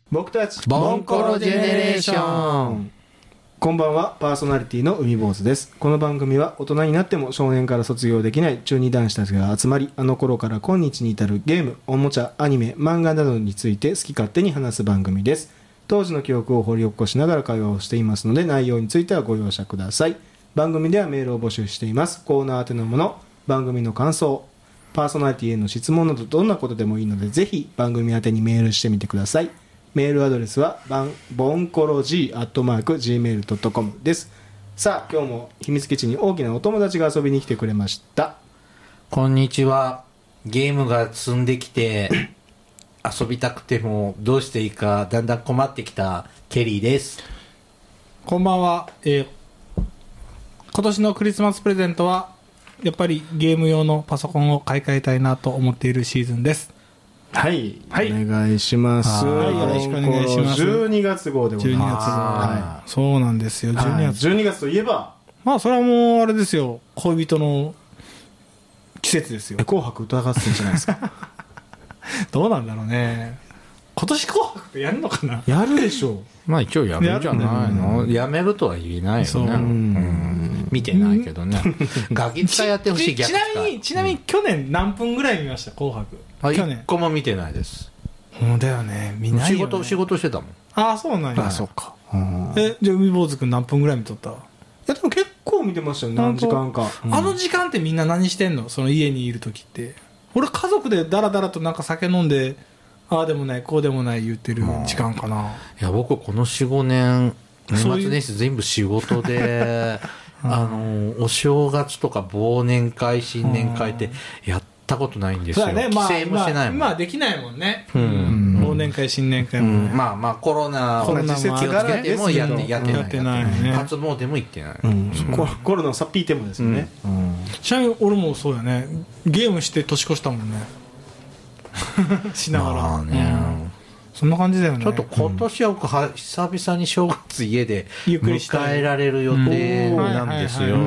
僕たちボンコロジェネレーション。 こんばんは、パーソナリティの海坊主です。この番組は大人になっても少年から卒業できない中二男子たちが集まり、あの頃から今日に至るゲーム、おもちゃ、アニメ、漫画などについて好き勝手に話す番組です。当時の記憶を掘り起こしながら会話をしていますので、内容についてはご容赦ください。番組ではメールを募集しています。コーナー宛てのもの、番組の感想、パーソナリティへの質問などどんなことでもいいので、ぜひ番組宛てにメールしてみてください。メールアドレスはボンコロジー@gmail.com です。さあ、今日も秘密基地に大きなお友達が遊びに来てくれました。 こんにちは。ゲームが積んできて遊びたくてもどうしていいかだんだん困ってきたケリーです。 こんばんは。今年のクリスマスプレゼントはやっぱりゲーム用のパソコンを買い替えたいなと思っているシーズンです。 はい、 はい、 お願いします。 はい、よろしくお願いします。 12月号でございます。 はい、そうなんですよ。 12月といえば、 まあそれはもうあれですよ。恋人の季節ですよ。 紅白歌合戦じゃないですか。 どうなんだろうね。今年紅白ってやるのかな。 やるでしょう。 まあ一応やるんじゃないの。やめるとは言えないよね。見てないけどね。ガキ使やってほしい。 ちなみに去年何分ぐらい見ました紅白。 去年1個も見てないです。 だよね。見ないよね。 仕事してたもん。 ああ、そうなんや。 あ、そうか。 じゃあ海坊主君何分ぐらい見とった？ いやでも結構見てましたよ。何時間か。 あの時間ってみんな何してんの？その家にいる時って。俺家族でダラダラとなんか酒飲んで、ああでもないこうでもない言ってる時間かな。 いや僕この 4,5 年年末年始全部仕事でお正月とか忘年会新年会ってやったことないんですよ。 そうだね、 帰省もしてないもん。 今はできないもんね。忘年会新年会もね。 まあコロナを気をつけてもやってないね。初詣も行ってない。 コロナをさっぴいてもですよね。 ちなみに俺もそうやね。ゲームして年越したもんね。しながら。まあね。そんな感じだよね。 ちょっと今年は僕久々に正月家で迎えられる予定なんですよ。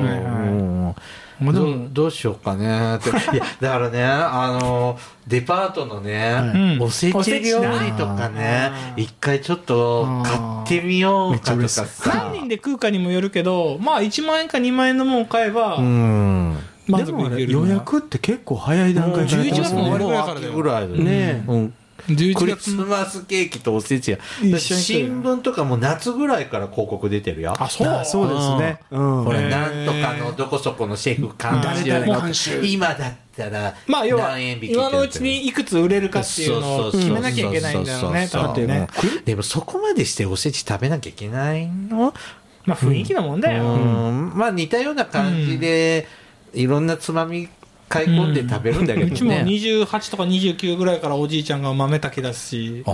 どうしようかねって。いやだからねデパートのね、おせち料理とかね一回ちょっと買ってみようかとかさ。 何人で食うかにもよるけど、まあ1万円か2万円のものを買えば満足いける。 予約って結構早い段階で 11月の終わりぐらいからだよ。 ぐらいだね。クリスマスケーキとおせちや新聞とかも夏ぐらいから広告出てるよ。 あ、そうですね。 これなんとかのどこそこのシェフ監修今だったら何円引きって今のうちにいくつ売れるかっていうのを決めなきゃいけないんだろうね。 でもそこまでしておせち食べなきゃいけないの？ まあ雰囲気のもんだよ。 まあ似たような感じでいろんなつまみ買い込んで食べるんだけどね。 うちも28とか29ぐらいからおじいちゃんが豆炊き出すし、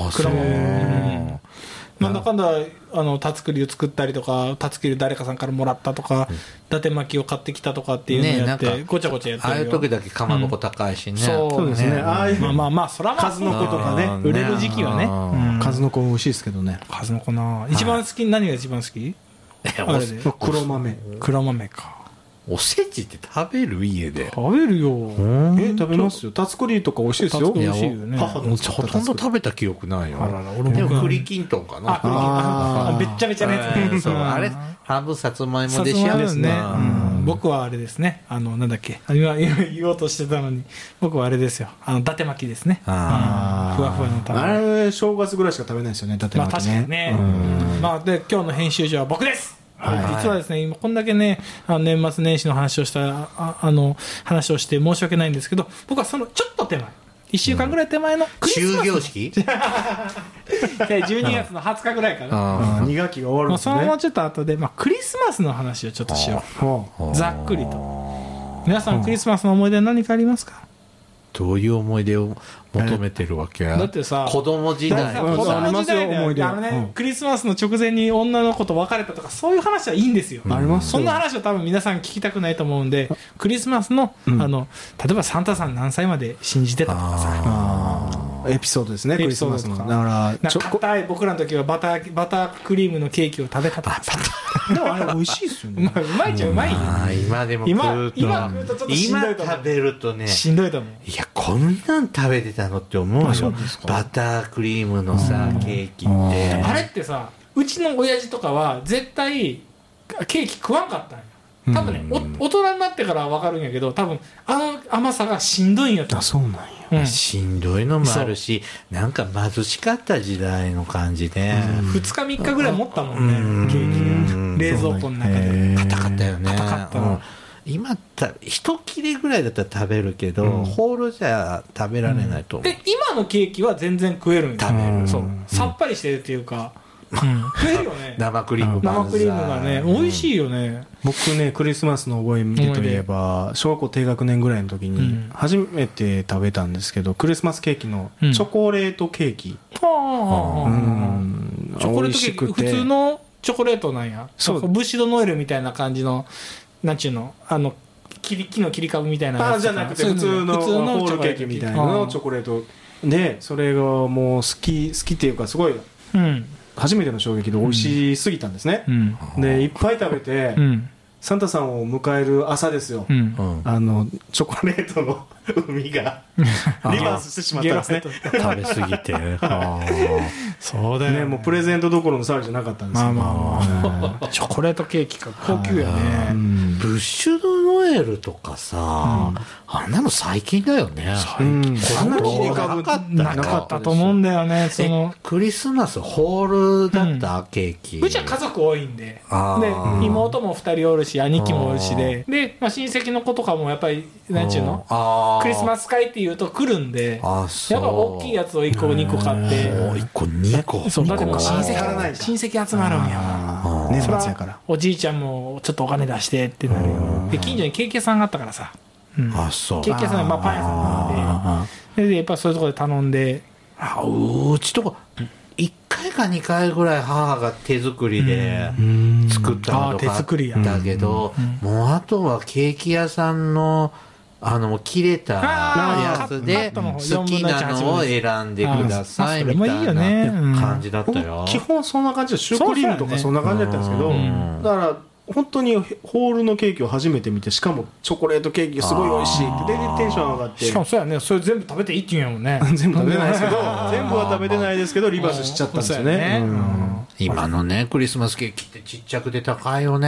なんだかんだタツクリを作ったりとか、タツクリ誰かさんからもらったとか、伊達巻きを買ってきたとかっていうのをやってごちゃごちゃやってるよ。 ああいう時だけかまぼこ高いしね。 そうですね。まあそら数の子とかね、 売れる時期はね。 数の子美味しいですけどね。 数の子な。一番好き何が一番好き？ 黒豆。 黒豆か。 おせちって食べる？家で食べるよ。 食べますよ。タツクリとか美味しいですよ。 美味しいよね。 ほとんど食べた記憶ないよ。でも栗きんとんかな。 べっちゃべちゃのやつね。 あれ半分さつまいもでしょ。 ですね。僕はあれですね。なんだっけ。今言おうとしてたのに、僕はあれですよ。伊達巻きですね。ふわふわのあれ正月ぐらいしか食べないですよね。伊達巻きね。 確かにね。まあで今日の編集長は僕です。実はですね、今こんだけね年末年始の話をした話をして申し訳ないんですけど、僕はそのちょっと手前1週間ぐらい手前のクリスマス終業式 12月の20日ぐらいかな。 2学期が終わるんですね。 そのもうちょっと後で、クリスマスの話をちょっとしよう。ざっくりと。皆さんクリスマスの思い出は何かありますか？ どういう思い出を求めてるわけ？ だってさ、 子供時代ね、クリスマスの直前に女の子と別れたとかそういう話はいいんですよ。そんな話は多分皆さん聞きたくないと思うんで、クリスマスの例えばサンタさん何歳まで信じてたとかさ、 エピソードですね。クリスマスのだから硬い僕らの時はバタークリームのケーキを食べたとかさ。 でもあれ美味しいですよね。 うまいっちゃうまいよ。 今でも食うと今食うとちょっとしんどいと思う。 今食べるとねしんどいと思う。 いや子こんなん食べてたのって思うよ。バタークリームのさケーキってあれってさ、うちの親父とかは絶対ケーキ食わんかったんよ。多分ね、大人になってから分かるんやけど、多分あの甘さがしんどいんやと。 あ、そうなんや。 しんどいのもあるし、なんか貧しかった時代の感じで、 2日3日ぐらい持ったもんね、ケーキ冷蔵庫の中で。 硬かったよね。 硬かったな。 今一切れぐらいだったら食べるけど、ホールじゃ食べられないと思う。 で今のケーキは全然食えるんよ。 食べる。 そう、さっぱりしてるっていうか、食えるよね。 生クリームがね美味しいよね。 僕ね、クリスマスの覚え出といえば、小学校低学年ぐらいの時に初めて食べたんですけど、クリスマスケーキのチョコレートケーキ。 チョコレートケーキ、普通のチョコレートなんや。そうブッシュドノエルみたいな感じの、なんちゅうの、木の切り株みたいなやつ。 じゃなくて普通のホールケーキみたいなのチョコレートで、それがもう好きっていうか、すごい初めての衝撃で美味しすぎたんですね。でいっぱい食べて、サンタさんを迎える朝ですよ、チョコレートの海がリバースしてしまったんですね。 食べ過ぎてそうだよね。 もうプレゼントどころの騒ぎじゃなかったんですけど、 チョコレートケーキか高級やね。 ブッシュドノエルとかさ、あんなの最近だよね。 あんな切り株なかったと思うんだよね。 クリスマスホールだったケーキ。 うちは家族多いんで、で妹も2人おるし兄貴もおるしで、親戚の子とかもやっぱりなんちゅうの、クリスマス会っていうと来るんで、やっぱ大きいやつを1個2個買って、 1個2個。 そうだってもう親戚集まるんや。 年末やから。 おじいちゃんもちょっとお金出してってなるよ。で近所にケーキ屋さんがあったからさ、ケーキ屋さんでパン屋さんがあって、でやっぱそういうところで頼んで、 うちとか1回か2回ぐらい母が手作りで作ったのとかあったけど、もうあとはケーキ屋さんのもう切れたやつで好きなのを選んでくださいみたいな感じだったよ。 基本そんな感じで、シュークリームとかそんな感じだったんですけど、だから本当にホールのケーキを初めて見て、しかもチョコレートケーキすごい美味しいって、でテンション上がって、 しかもそうやね、それ全部食べていいって言うんやもんね。 全部食べてないですけど、全部は食べてないですけどリバースしちゃったんですよね。 今のねクリスマスケーキってちっちゃくて高いよね。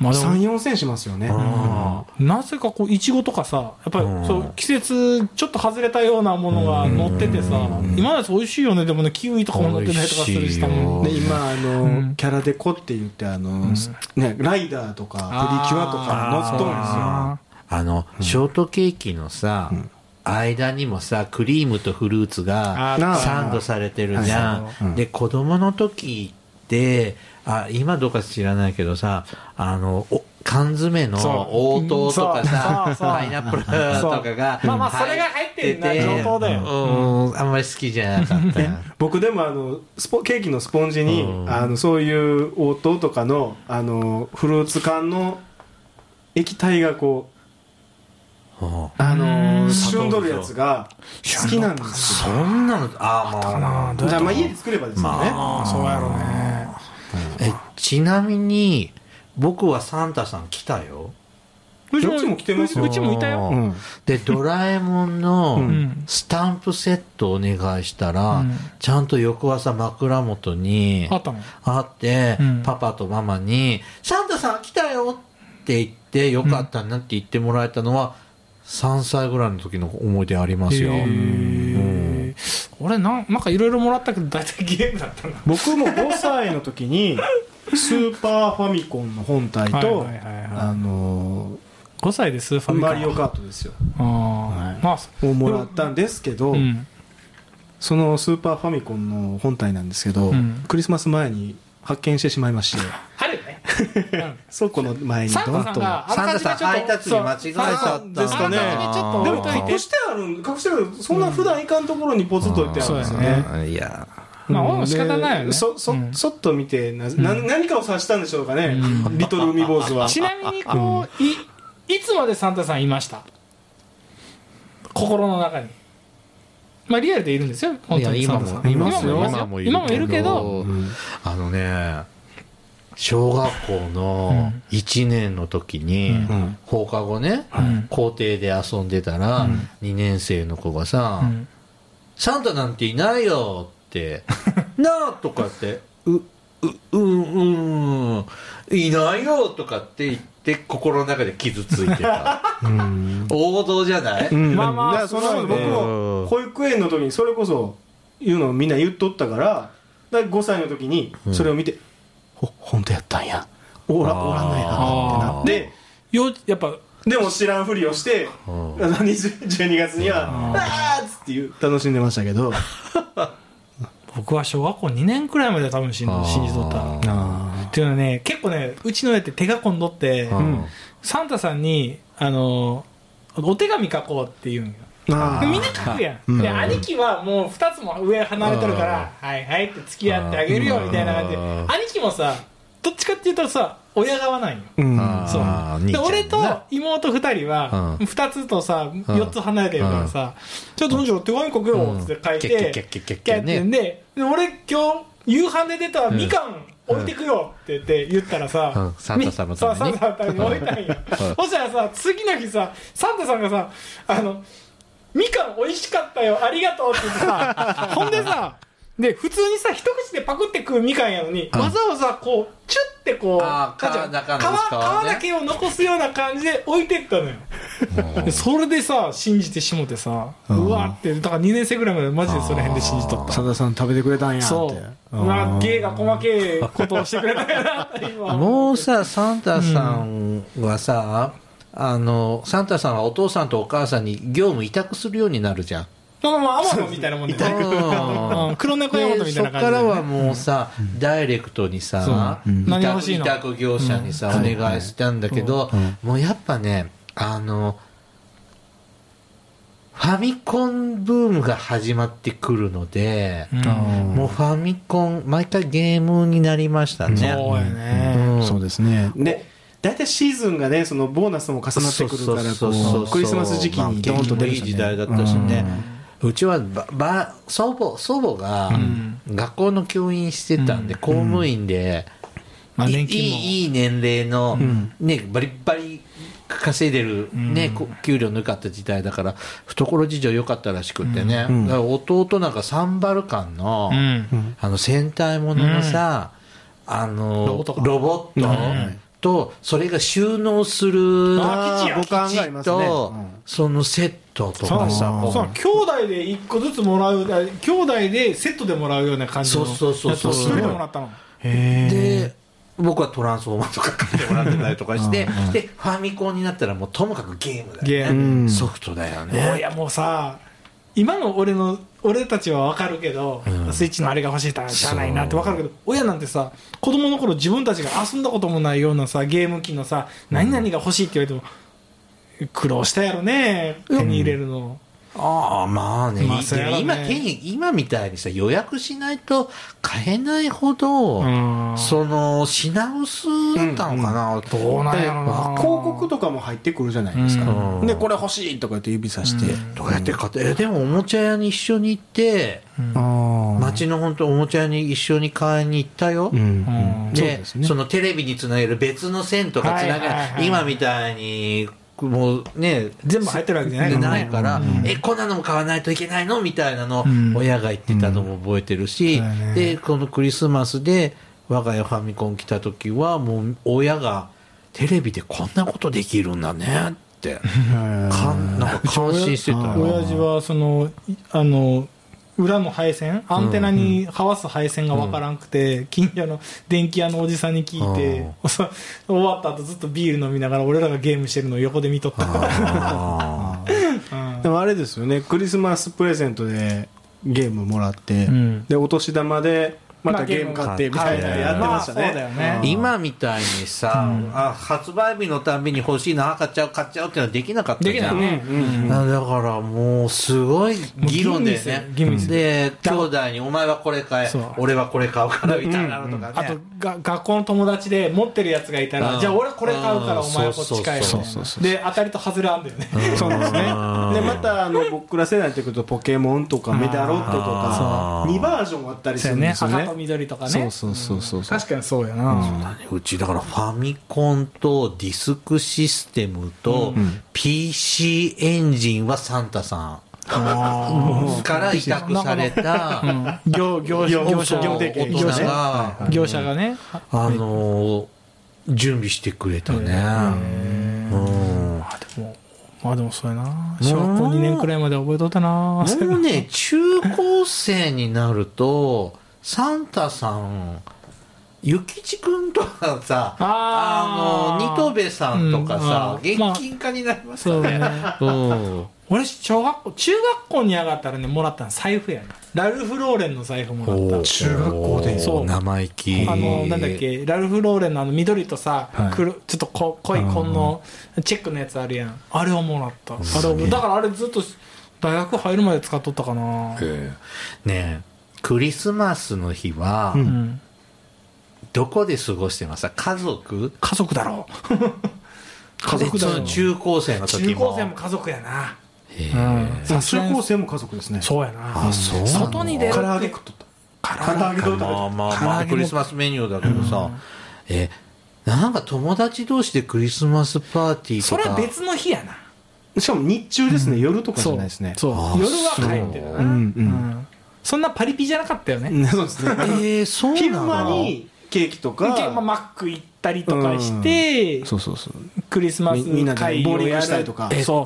3,4 千しますよね。 なぜかこういちごとかさ、やっぱりそう季節ちょっと外れたようなものが乗っててさ、今のやつ美味しいよね。でもねキウイとかも乗ってないとかするし、もで今キャラデコって言ってライダーとかプリキュアとか乗っとるんですよ。 ショートケーキのさ、間にもさクリームとフルーツがサンドされてるじゃん。で子供の時って今どうか知らないけどさ、缶詰の応答とかさパイナップルとかがそれが入ってる上等だよ。 あんまり好きじゃなかった僕でもケーキのスポンジにそういう応答とかのフルーツ缶の液体がこう旬どるやつが好きなんですよ。 そんなのじゃあ家で作ればですよね。 そうやろね。 ちなみに僕はサンタさん来たよ。 うちも来てますよ。 うちもいたよ。 でドラえもんのスタンプセットをお願いしたら、ちゃんと翌朝枕元にあってパパとママにサンタさん来たよって言って、よかったなって言ってもらえたのは3歳ぐらいの時の思い出ありますよ。 俺なんかいろいろもらったけど大体ゲームだったな。 僕も5歳の時にスーパーファミコンの本体と 5歳でスーファミコンマリオカートですよをもらったんですけど、そのスーパーファミコンの本体なんですけど、クリスマス前に発見してしまいまして、倉庫の前にドンとサンタさん配達に間違えちゃったんですかね。でも隠してあるそんな普段行かんところにポツッと置いてあるんですよね。 いや俺も仕方ないよね。 そっと見て何かを察したんでしょうかね、リトル海坊主は。 ちなみにこういつまでサンタさんいました？心の中に。リアルでいるんですよ。本当に今もいますよ。今もいるけど、 小学校の1年の時に放課後ね、校庭で遊んでたら2年生の子がさ、サンタなんていないよってなあとかっていないよとかって言って心の中で傷ついてた王道じゃない、 まあまあだからそんなこと僕も保育園の時にそれこそ言うのをみんな言っとったから5歳の時にそれを見て、本当やったんやおらんのやってなってやっぱでも知らんふりをして12月にはあーっつって楽しんでましたけど僕は小学校2年くらいまで多分信じとったっていうのはね、結構ねうちの親って手が込んどって、サンタさんにお手紙書こうって言うんよ。みんな書くやん、で兄貴はもう2つも上離れてるからはいはいって付き合ってあげるよみたいな感じで、兄貴もさどっちかっていうとさ親側なんよ、そうで俺と妹2人は2つとさ4つ離れてるからさ、ちょっと手紙書くよって書いてで俺今日夕飯で出たみかん置いてくよって言ったらさ、 サンタさんのためにサンタさんのために置いたんよそしたらさ次の日さサンタさんがさみかん美味しかったよありがとうって言ってさほんでさで普通にさ一口でパクって食うみかんやのに、わざわざこうチュッてこう皮だけを残すような感じで置いてったのよでそれでさ信じてしもてさうわってだから2年生ぐらいまでマジでその辺で信じとった。 サンタさん食べてくれたんやってそう芸が細けいことをしてくれたよな今もうさサンタさんはさ、サンタさんはお父さんとお母さんに業務委託するようになるじゃん。 アマゾンみたいなもんで、黒猫ヤマトみたいな感じで、 そっからはもうさ、ダイレクトにさ、委託業者にさ、お願いしたんだけど、もうやっぱね、ファミコンブームが始まってくるので、もうファミコン毎回ゲームになりましたね。 そうやね、 そうですね。で大体シーズンがねそのボーナスも重なってくるからクリスマス時期にドンと出るいい時代だったしね。うちは祖母が学校の教員してたんで、公務員で、いい年齢の、ね、バリバリ稼いでる、ね、給料の良かった時代だから懐事情良かったらしくてね、だから弟なんかサンバルカンの、戦隊もののさ、ロボット、とそれが収納する基地とそのセットとかさ、 兄弟で1個ずつもらう兄弟でセットでもらうような感じのやつを全てもらったので僕はトランスフォーマーとか買ってもらってたりとかしてでファミコンになったらもうともかくゲームだよね、ソフトだよね。 いやもうさ今の俺たちは分かるけど、スイッチのあれが欲しいからじゃないなって分かるけど、親なんてさ子供の頃自分たちが遊んだこともないようなさゲーム機のさ何々が欲しいって言われても苦労したやろね手に入れるの。 まあね、今みたいにさ予約しないと買えないほどその品薄だったのかな、 どうなんやろな。 広告とかも入ってくるじゃないですか、でこれ欲しいとか言って指さして、 どうやって買ってでもおもちゃ屋に一緒に行って、街の本当おもちゃ屋に一緒に買いに行ったよ、でそのテレビにつなげる別の線とかつなげる、今みたいにもうね全部入ってるわけじゃないから、こんなのも買わないといけないのみたいなの親が言ってたのも覚えてるし、でこのクリスマスで我が家ファミコン来た時はもう親がテレビでこんなことできるんだねってなんか感心してた。 親父はその裏の配線アンテナにはわす配線が分からんくて、近所の電気屋のおじさんに聞いて、終わった後ずっとビール飲みながら俺らがゲームしてるのを横で見とったでもあれですよね、クリスマスプレゼントでゲームもらって、でお年玉でまたゲーム買ってみたいなやってましたね。 今みたいにさ、発売日のたびに欲しいな買っちゃうっていうのはできなかったじゃん。だからもうすごい議論でね、で兄弟にお前はこれ買え俺はこれ買うからみたいなのとかね、 あと学校の友達で持ってるやつがいたら、じゃあ俺これ買うからお前はこっち買えで当たりと外れあんだよね。 そうですね。でまた僕ら世代になってくるとポケモンとかメダロットとか2バージョンあったりするんですよね。 と緑とかね。 そう確かにそうやな。 うちだからファミコンとディスクシステムと PC エンジンはサンタさんから委託された業者がね、 準備してくれたね。 まあでもそうやな。小学校2年くらいまで覚えとったな。 もうね、中高生になるとサンタさん、ゆきちくんとかさ、ニトベさんとかさ、現金化になりますよね。 俺中学校に上がったらね、もらったの財布やな。ラルフローレンの財布もらった。 中学校で。 そう、 生意気。 なんだっけ、ラルフローレンの緑とさ、ちょっと濃い紺のチェックのやつあるやん。あれをもらった。だからあれずっと大学入るまで使っとったかな。 ねえ、クリスマスの日は、どこで過ごしてました？家族だろう。家族だろう。 中高生の時も。 中高生も家族やな。 中高生も家族ですね。 そうやな。外に出る。 唐揚げ食っとった。唐揚げどうまあクリスマスメニューだけどさ、なんか友達同士でクリスマスパーティーとか。 それは別の日やな。 しかも日中ですね。夜とかじゃないですね。 そう。夜は帰ってるな。そんなパリピじゃなかったよね。 そうですね。 そうなの？ 昼間にケーキとかマック行ったりとかして、クリスマス会をやるとか。そう。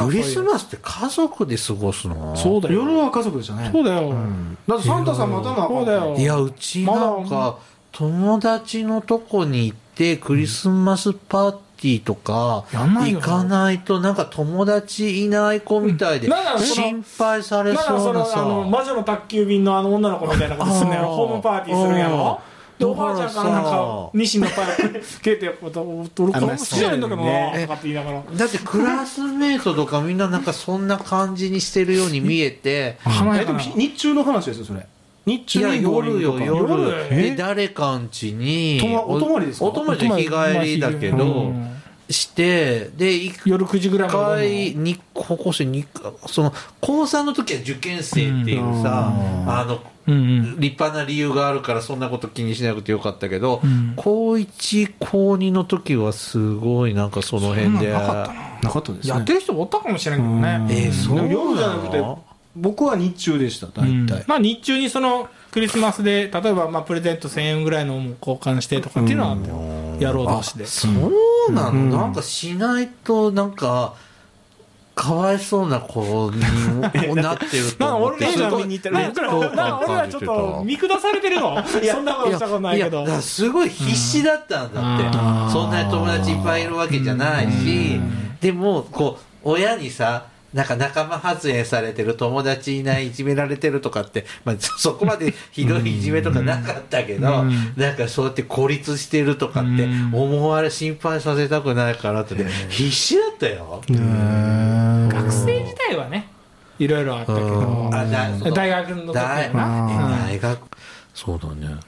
クリスマスって家族で過ごすの？ そうだよ。 夜は家族でしたね。 そうだよ。 だってサンタさんまたな。 そうだよ。 いや、うちなんか友達のとこに行ってクリスマスパーティーとか行かないとなんか友達いない子みたいで心配されそうなさ。 魔女の宅急便の女の子みたいなことするんやろ。ホームパーティーするんやろ。でおばあちゃんからなんかニシンのパイプケーテやっぱ俺かもしれないんだけどなとかって言いながら、 だってクラスメートとかみんななんかそんな感じにしてるように見えてでも日中の話ですよそれ。日中に夜で誰かん家にお泊まりですか？ お泊まりで日帰りだけどしてで夜9時ぐらいまで高校生にその高3の時は受験生っていうさ立派な理由があるからそんなこと気にしなくてよかったけど、高1高2の時はすごいなんかその辺でなかったですね。やってる人おったかもしれんけどね。 そう夜じゃなくて僕は日中でした大体。 まあ日中にそのクリスマスで例えばプレゼント1000円ぐらいのも交換してとかっていうのはあったよ。野郎同士で。 そうなの？なんかしないとなんかかわいそうな子になってると思って。 俺はちょっと見下されてるの？そんなことしたことないけど。 すごい必死だったんだって。そんなに友達いっぱいいるわけじゃないし、でもこう親にさ。なんか仲間発言されてる友達いないいじめられてるとかって、そこまでひどいいじめとかなかったけど、なんかそうやって孤立してるとかって心配させたくないからって必死だったよ。 学生時代はねいろいろあったけど大学の時はな大学そうだね。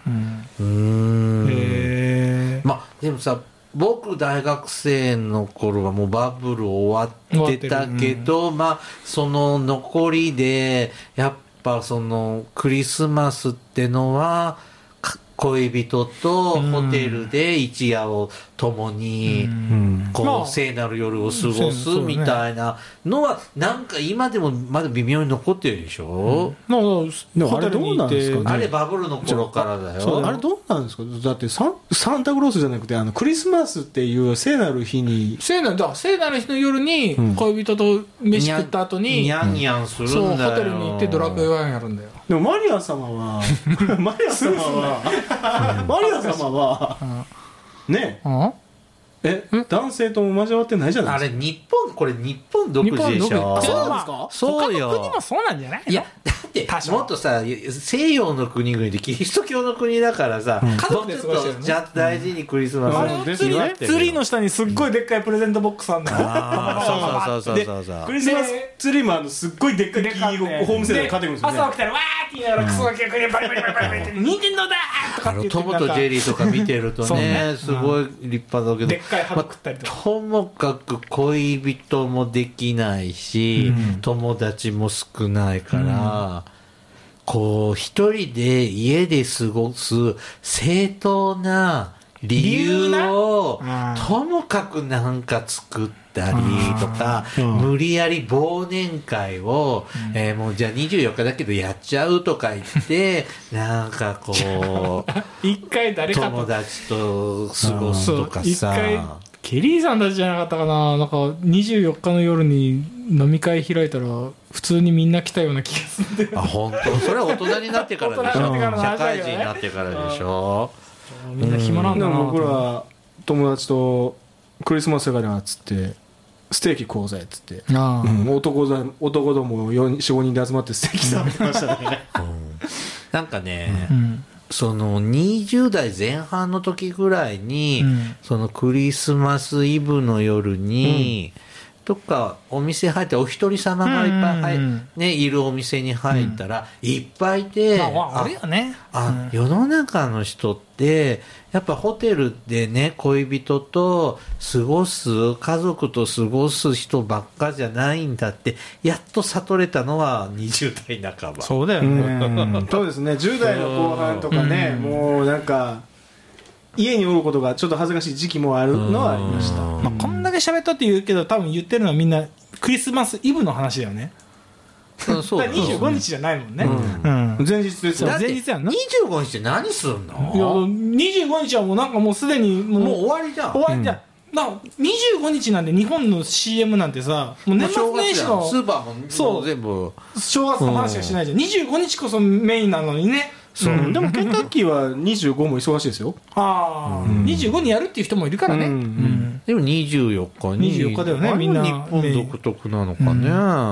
まあでもさ僕大学生の頃はもうバブル終わってたけど、その残りでやっぱそのクリスマスってのは恋人とホテルで一夜を共にこう聖なる夜を過ごすみたいなのはなんか今でもまだ微妙に残ってるでしょ。 あれどうなんですかね。 あれバブルの頃からだよ。 あれどうなんですか。だってサンタクロースじゃなくてクリスマスっていう聖なる日に聖なる日の夜に恋人と飯食った後にニャンニャンするんだよ。 ホテルに行ってドラクエ1やるんだよ。 でもマリア様はね男性とも交わってないじゃないですか。 あれこれ日本独自でしょ。 そうなんですか。 そうよ。 他の国もそうなんじゃないの？ いやだってもっとさ西洋の国々でキリスト教の国だからさ、 家族で過ごしてるね。 じゃあ大事にクリスマスあれツリーの下にすっごいでっかいプレゼントボックスあんのよ。 そうクリスマスツリーもすっごいでっかい木をホームセンターで買ってくるんですよね。 朝起きたらわーって言いながらクソガキがバリバリバリバリって任天堂だーとかって言ってトムとジェリーとか見てるとねすごい立派だけどでっかい花食ったりとかともかく恋人もできないし、友達も少ないから、 こう一人で家で過ごす正当な理由をともかくなんか作ったりとか、無理やり忘年会を、もうじゃあ24日だけどやっちゃうとか言ってなんかこう一回誰かと友達と過ごすとかさ、 一回ケリーさんたちじゃなかったかな、なんか24日の夜に飲み会開いたら普通にみんな来たような気がするんだよね。 あ、本当？それは大人になってからでしょ。社会人になってからでしょ。 みんな暇なんだな。 僕ら友達とクリスマスだからっつってステーキ食おうぜっつって、男ども 4,5 人で集まってステーキ食べてましたね。 なんかね、その20代前半の時ぐらいに、そのクリスマスイブの夜に、とかお店入ってお一人様がいっぱい、いるお店に入ったら、いっぱいいて、 あれよね、 世の中の人ってやっぱホテルでね恋人と過ごす家族と過ごす人ばっかじゃないんだってやっと悟れたのは20代半ば。 そうだよね。 そうですね。10代の後半とかね、もうなんか家におることがちょっと恥ずかしい時期もあるのはありました。 こんだけ喋ったって言うけど多分言ってるのはみんなクリスマスイブの話だよね。 そうそう 25日じゃないもんね。 前日ですよ。 前日やんな。 25日って何すんの？ いや25日はもうなんかもうすでにもう終わりじゃん。 終わりじゃん。25日なんで日本の CM なんてさ、もう年末年始のスーパーも全部正月の話しかしないじゃん。25日こそメインなのにね。 そう、でもケンタッキーは25も忙しいですよ。 25にやるっていう人もいるからね。 でも24日だよね。みんな日本独特なのかね。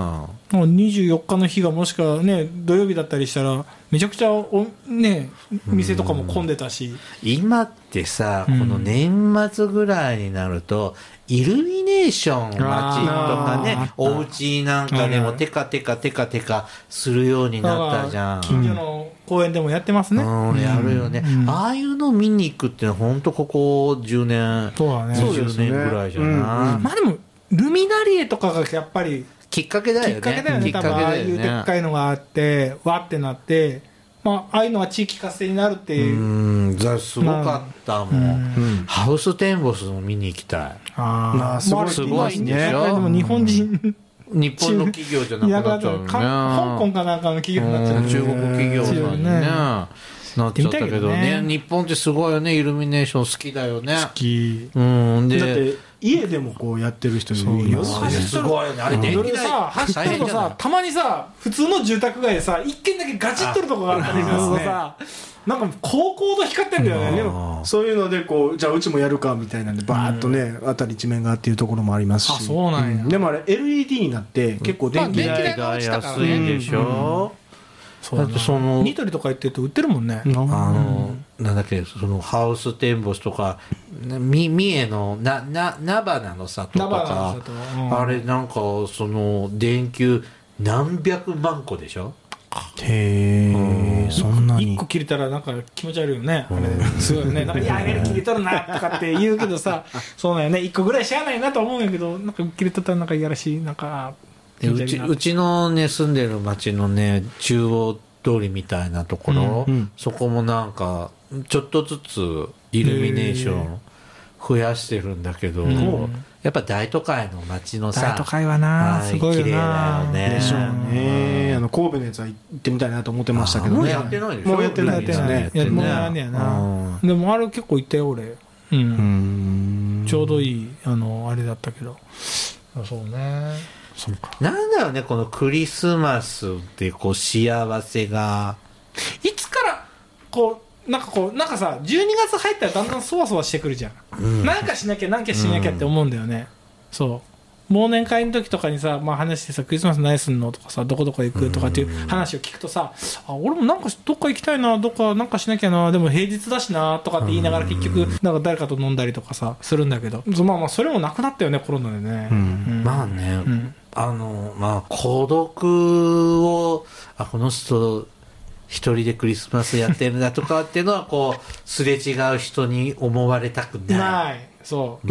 24日の日がもしかね土曜日だったりしたらめちゃくちゃね店とかも混んでたし、 今ってさ、この年末ぐらいになるとイルミネーション街とかね、お家なんかでもテカテカするようになったじゃん。 近所の公園でもやってますね。 やるよね。ああいうの見に行くってのは本当ここ10年20年ぐらいじゃない。 まあでもルミナリエとかがやっぱりきっかけだよね。 多分ああいうでっかいのがあってわってなって、まあああいうのは地域活性になるっていう。 すごかったもん。ハウステンボスも見に行きたい。すごいんでしょ。 でも日本人日本の企業じゃなくなっちゃうね。 香港かなんかの企業になっちゃう。 中国企業さんにねなっちゃったけどね。日本ってすごいよね。イルミネーション好きだよね。 好き。 でだって家でもこうやってる人いるよ。 すごいよね。あれ電気代走ってるとさ、たまにさ普通の住宅街でさ一軒だけガチッとるとこがあったりするとさ、なんか高校と光ってんだよね。でもそういうのでこうじゃあうちもやるかみたいなんでバーッとね辺り一面がっていうところもありますし。 そうなんや。 でもあれ LED になって結構電気代が安いでしょ。 だってそのニトリとか行ってると売ってるもんね。 なんだっけ、そのハウステンボスとか三重の菜花の里とか、あれなんかその電球何百万個でしょ。 へえ、そんなに 1個切れたらなんか気持ち悪いよね。あれすごいよね。なんかいや切れとるなとかって言うけどさ、そうなんよね。1個ぐらいしゃあないなと思うんやけど、なんか切れとったらなんかいやらしいなんか。 うちのね住んでる町のね中央通りみたいなところ、そこもなんかちょっとずつイルミネーション増やしてるんだけど、やっぱ大都会の街のさ、 大都会はなすごいよな、 綺麗だよね。 でしょうね。神戸のやつは行ってみたいなと思ってましたけどね。 もうやってないでしょ。 もうやってないですね。 もうやんねやな。でもあれ結構行ったよ俺。ちょうどいいあれだったけど。そうね。 なんだろうね、このクリスマスってこう幸せがいつからなんかさ12月入ったらだんだんそわそわしてくるじゃん。なんかしなきゃって思うんだよね。そう忘年会の時とかにさ、まあ、話してさクリスマス何すんのとかさどこどこ行くとかっていう話を聞くとさ、俺もなんかどっか行きたいな、どっかなんかしなきゃな、でも平日だしなとかって言いながら結局なんか誰かと飲んだりとかさするんだけど、まあそれもなくなったよねコロナでね。 まあね、まあ孤独をこの人一人でクリスマスやってるなとかっていうのはこうすれ違う人に思われたくない。 そう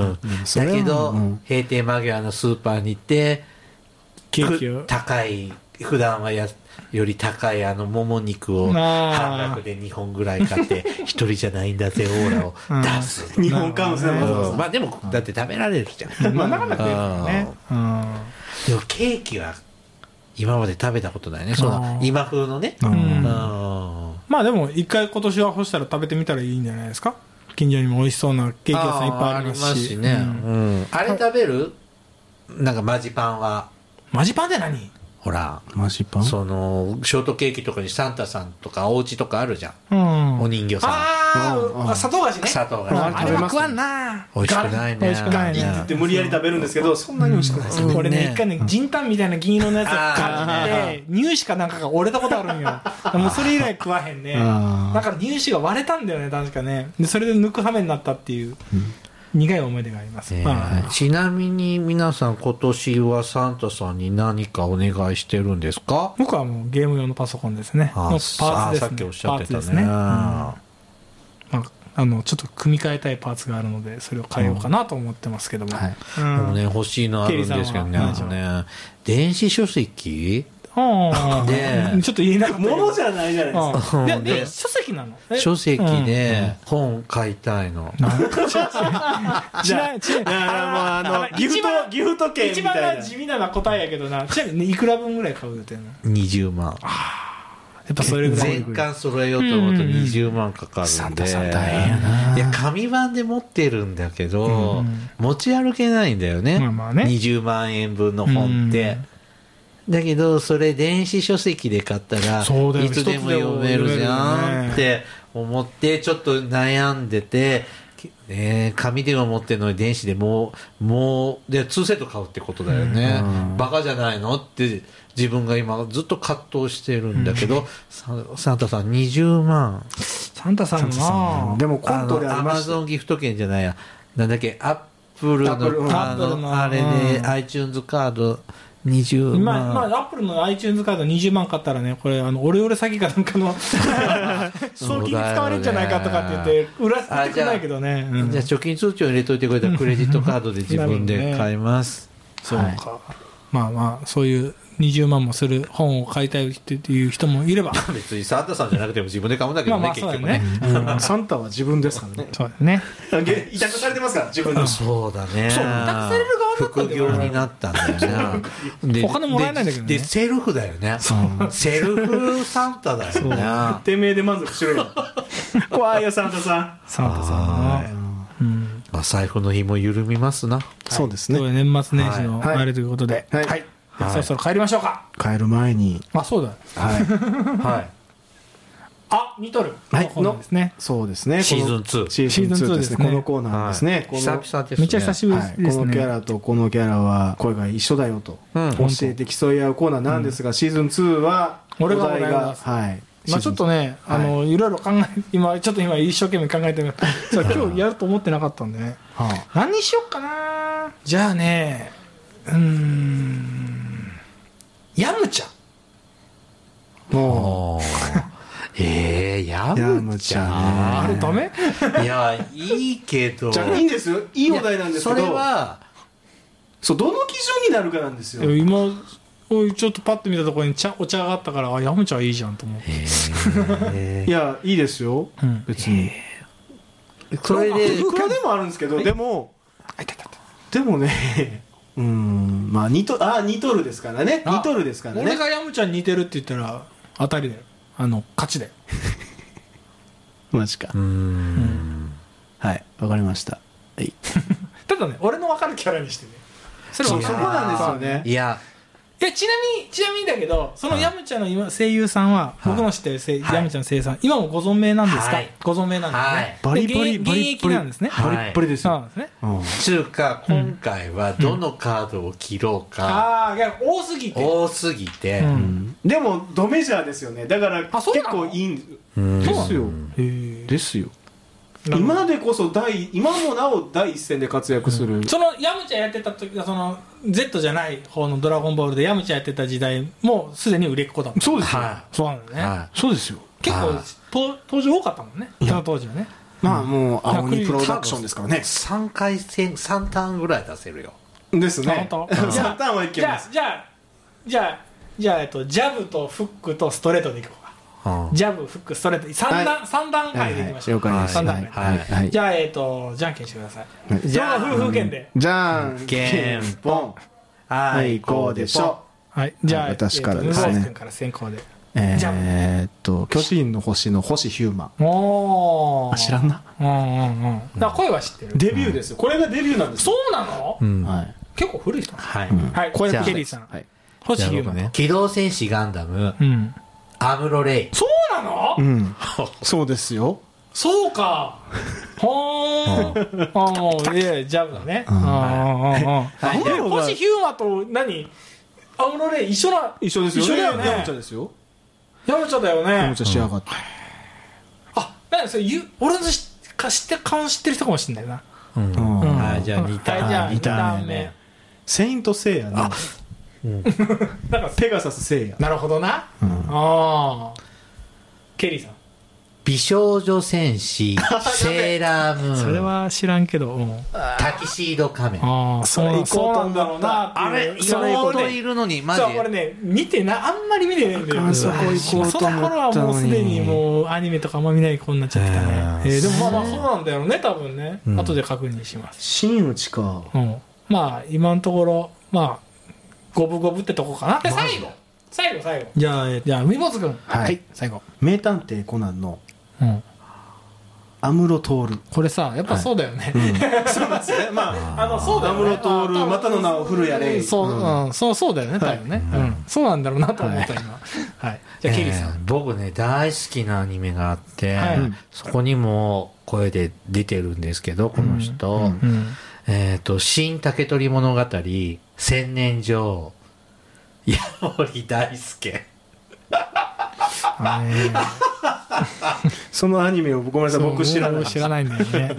だけど、閉店間際のスーパーに行って高い普段はより高いもも肉を半額で2本ぐらい買って一人じゃないんだぜオーラを出す 2本買うんですね。 まあでもだって食べられるじゃん。 まあなかなか食えるからね。 でもケーキは今まで食べたことないね、その今風のね。 まあでも一回今年は干したら食べてみたらいいんじゃないですか。近所にも美味しそうなケーキ屋さんいっぱいありますしね。あれ食べる？なんかマジパンは。 マジパンって何？ ほら、 マジパン？ ショートケーキとかにサンタさんとかお家とかあるじゃん。お人形さん。 砂糖菓子ね。 砂糖菓子。 あれは食わんな。 美味しくないね。 美味しくないね。 って言って無理やり食べるんですけど、そんなに美味しくないですね。 俺ね、一回ね、ジンタンみたいな銀色のやつを買って、乳歯かなんかが折れたことあるんよ。もうそれ以来食わへんね。だから乳歯が割れたんだよね、確かね。で、それで抜く羽目になったっていう。苦い思い出があります。 ちなみに皆さん今年はサンタさんに何かお願いしてるんですか？ 僕はもうゲーム用のパソコンですね。のパーツですね。 さっきおっしゃってたね。 ちょっと組み替えたいパーツがあるのでそれを変えようかなと思ってますけども。 もうね欲しいのあるんですけどね。電子書籍？ でちょっと言えなかったものじゃないじゃないですか。 で書籍なの？ 書籍で本買いたいの。 じゃあギフト券みたいな。 一番地味な答えやけどな。ちなみにいくら分ぐらい買う予定なの ？20万。 やっぱそれぐらい全巻揃えようと思うと20万かかるんで、 サンタさん大変やな。 いや紙版で持ってるんだけど、持ち歩けないんだよね。20万円分の本って。だけどそれ電子書籍で買ったらいつでも読めるじゃんって思ってちょっと悩んでて、紙では持ってるのに電子でもうで2セット買うってことだよね。バカじゃないのって自分が今ずっと葛藤してるんだけど、サンタさん20万。 サンタさんなでもコントでアマゾンギフト券じゃないや、なんだっけ、アップルのあれで iTunes カード20万。 アップルの iTunes カード20万買ったらね、これオレオレ詐欺かなんかの送金に使われるんじゃないかとかって言って裏捨ててくないけどね。 じゃあ貯金通帳入れといてくれたらクレジットカードで自分で買います。 そうか。まあそういう20万もする本を買いたいっていう人もいれば別にサンタさんじゃなくても自分で買うんだけどね、結局ね。 サンタは自分ですからね。 そうですね。 委託されてますから自分で。 そうだね。 委託される側副業になったんだよね。 お金もらえないんだけどね。 でセルフだよね。セルフサンタだよね。 てめえで満足しろよ。怖いよサンタさん。 サンタさん。 財布の紐緩みますな。 そうですね。 年末年始のあれということで。はい。そろそろ帰りましょうか。 帰る前に。 そうだ。はい。似とる。 はい。そうですね。 シーズン2。 シーズン2ですね。このコーナーですね。 久々ですね。 めっちゃ久しぶりですね。 このキャラとこのキャラは声が一緒だよと教えて競い合うコーナーなんですが、シーズン2はお題が、ちょっとね、いろいろ今一生懸命考えてる。今日やると思ってなかったんでね。何にしよっかな。じゃあね、ヤムチャ。 ヤムチャ。 あれダメ？ いや、いいけど。 じゃあいいんですよ。いいお題なんですけど。 それは、 どの基準になるかなんですよ。 今、ちょっとパッと見たところにお茶があったから、ヤムチャいいじゃんと思って。 いや、いいですよ。別に。 それで。 いくらでもあるんですけど、でもね、似とるですからね。似とるですからね。 俺がヤムちゃんに似てるって言ったら当たりだよ。勝ちだよ。 マジか。はい、わかりました。 ただね、俺の分かるキャラにしてね。 そこなんですよね。 いやちなみにだけど、そのヤムチャの声優さんは、僕の知ってるヤムチャの声優さん、今もご存命なんですか？ご存命なんですね。 バリバリ現役なんですね。 バリバリですよ。 そうなんですね。 つうか今回はどのカードを切ろうか。 多すぎて。 でもドメジャーですよね。だから結構いいんですよ。ですよ。今でこそ今もなお第一線で活躍する。 そのヤムチャやってた時がZ じゃない方のドラゴンボールでヤムチャやってた時代もすでに売れっ子だった。 そうですよ。 そうなんだね。 そうですよ。 結構登場多かったもんね。その当時はね。 もう青鬼プロダクションですからね。 3ターンぐらい出せるよ。 ですね。3ターンはいけます。 じゃあじゃあ、ジャブとフックとストレートでいこうか。ジャブ、フック、ストレート、3段階でいきましょう。3段階。じゃあ、じゃんけんしてください。じゃあ、夫婦権で。 じゃんけんぽん。はい、こうでしょ。 はい。じゃあ、 私からですね。 君から先行で。 巨人の星の星ヒューマン。 おー。 知らんな。 だから声は知ってる。 デビューですよ。これがデビューなんです。 そうなの？ はい。 結構古い人。 はい。 はい。これケリーさん。星ヒューマンね。 機動戦士ガンダム。アムロレイ。 そうなの？ うん。そうですよ。 そうか。ほー。もう、ジャブだね。星ヒューマンと何？アムロレイ一緒ですよね。一緒だよね。ヤムチャですよ。ヤムチャだよね。 ヤムチャしやがって。 あ、なんかそれ俺の知ってる人かもしれないな。 じゃあ2ターン目。 セイントセイヤのペガサスセイヤ。 なるほどな。ああ。ケリーさん。 美少女戦士セーラームーン。 それは知らんけど。 タキシード仮面。 ああ、そうなんだろうな。 あれ、妹いるのにマジで。 そう、これね、あんまり見てないんだよ。 そこ行こうと思ったのに。 その頃はもうすでにもうアニメとかあんま見ない子になっちゃってたね。でもまあそうなんだよね、多分ね。後で確認します。 真打ちか。 まあ今のところ、まあ五分五分ってとこかな。で最後。じゃあ海坊主君。 はい。 最後。 名探偵コナンのアムロトール。 これさ、やっぱそうだよね。 そうですね。まあそうだよね。 アムロトール、またの名を古谷レイ。 そうだよね、多分ね。そうなんだろうなと思った今。はい。じゃあケリーさん。 僕ね、大好きなアニメがあって、そこにも声で出てるんですけど、この人。新竹取物語、千年女王、矢森大輔。 そのアニメをごめんなさい、僕知らないんだよね。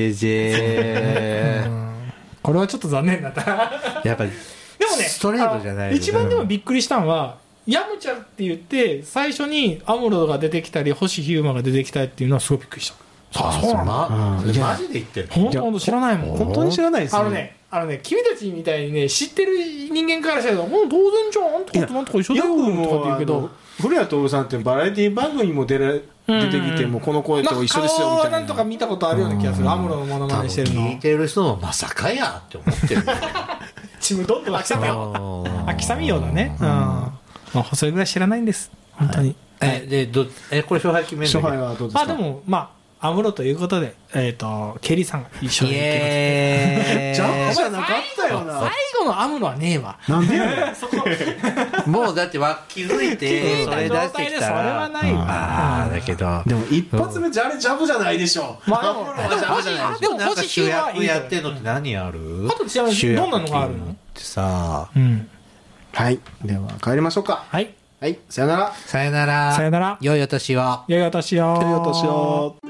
これはちょっと残念だった。 やっぱりでもね、ストレートじゃない。 一番でもびっくりしたのは、ヤムチャって言って最初にアムロが出てきたり星ヒューマンが出てきたりっていうのはすごいびっくりした。 そうなんだ。マジで言ってる。 本当知らないもん。 本当に知らないですね。君たちみたいにね、知ってる人間からしたら、もう当然じゃん、あんたとなんとか一緒だよとかって言うけど、 古谷徹さんってバラエティ番組にも出てきて、もこの声と一緒ですよみたいな。 なんとか見たことあるような気がする。アムロのモノマネしてるの。 聞いてる人もまさかやって思ってる。 ちむどんどん秋雨ようだね。それぐらい知らないんです。本当に。 これ勝敗決めるの？勝敗はどうですか？ でも、アムロということで、ケリーさんが一緒に行ってジャンプじゃなかったよな。 最後のアムロはねえわ。 なんでやもうだって気づいて、それ出してきたら。 それはないわ。 だけど。 でも一発目あれジャブじゃないでしょ。 でもなんか主役やってんのって何ある？ あとちなみにどんなのがあるの？ ってさ。 はい。では帰りましょうか。 はい。 はい。さよなら。 さよなら。 さよなら。 良いお年を。 良いお年を。 良いお年を。